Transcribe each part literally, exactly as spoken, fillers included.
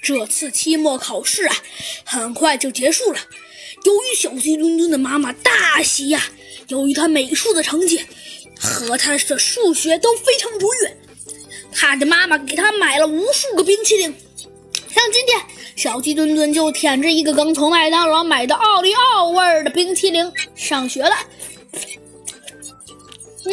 这次期末考试啊，很快就结束了。由于小鸡墩墩的妈妈大喜呀、啊，由于她美术的成绩和她的数学都非常卓越，她的妈妈给她买了无数个冰淇淋。像今天，小鸡墩墩就舔着一个刚从麦当劳买的奥利奥味的冰淇淋上学了。嗯，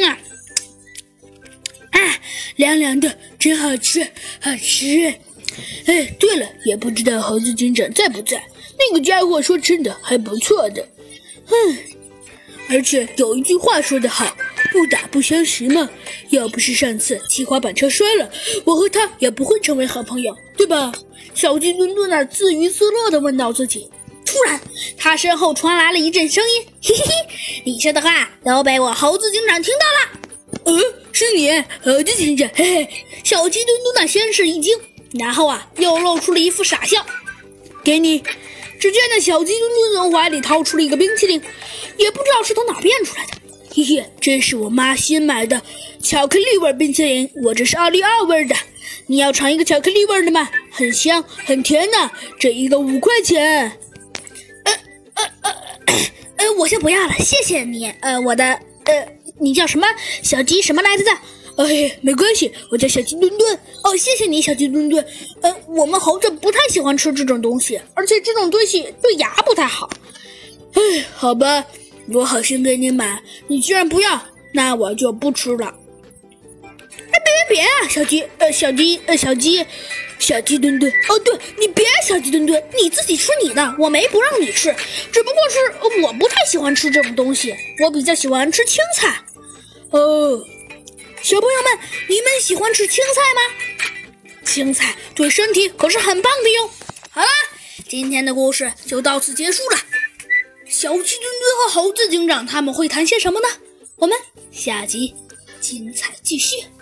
啊，凉凉的，真好吃，好吃。哎，对了，也不知道猴子警长在不在。那个家伙说吃的还不错的，哼。而且有一句话说得好，不打不相识嘛。要不是上次骑滑板车摔了，我和他也不会成为好朋友，对吧？小鸡墩墩那自娱自乐地问到自己。突然，他身后传来了一阵声音：“嘿嘿嘿，你说的话都被我猴子警长听到了。”呃，是你，猴子警长，嘿嘿。小鸡墩墩呢，先是一惊，然后啊，又露出了一副傻笑。给你。只见那小鸡墩墩从怀里掏出了一个冰淇淋，也不知道是从哪变出来的。嘿嘿，这是我妈新买的巧克力味冰淇淋，我这是奥利奥味的。你要尝一个巧克力味的吗？很香，很甜呢、啊。这一个五块钱。呃呃呃呃，我先不要了，谢谢你。呃，我的呃，你叫什么？小鸡什么来着的？哎，没关系，我叫小鸡墩墩。哦，谢谢你，小鸡墩墩。呃，我们猴子不太喜欢吃这种东西，而且这种东西对牙不太好。哎，好吧，我好心给你买，你既然不要，那我就不吃了。哎，别别别啊，小鸡，呃，小鸡，呃，小鸡，小鸡墩墩。哦，对，你别小鸡墩墩，你自己吃你的，我没不让你吃，只不过是我不太喜欢吃这种东西，我比较喜欢吃青菜。哦。小朋友们，你们喜欢吃青菜吗？青菜对身体可是很棒的哟。好啦，今天的故事就到此结束了。小鸡墩墩和猴子警长他们会谈些什么呢？我们下集精彩继续。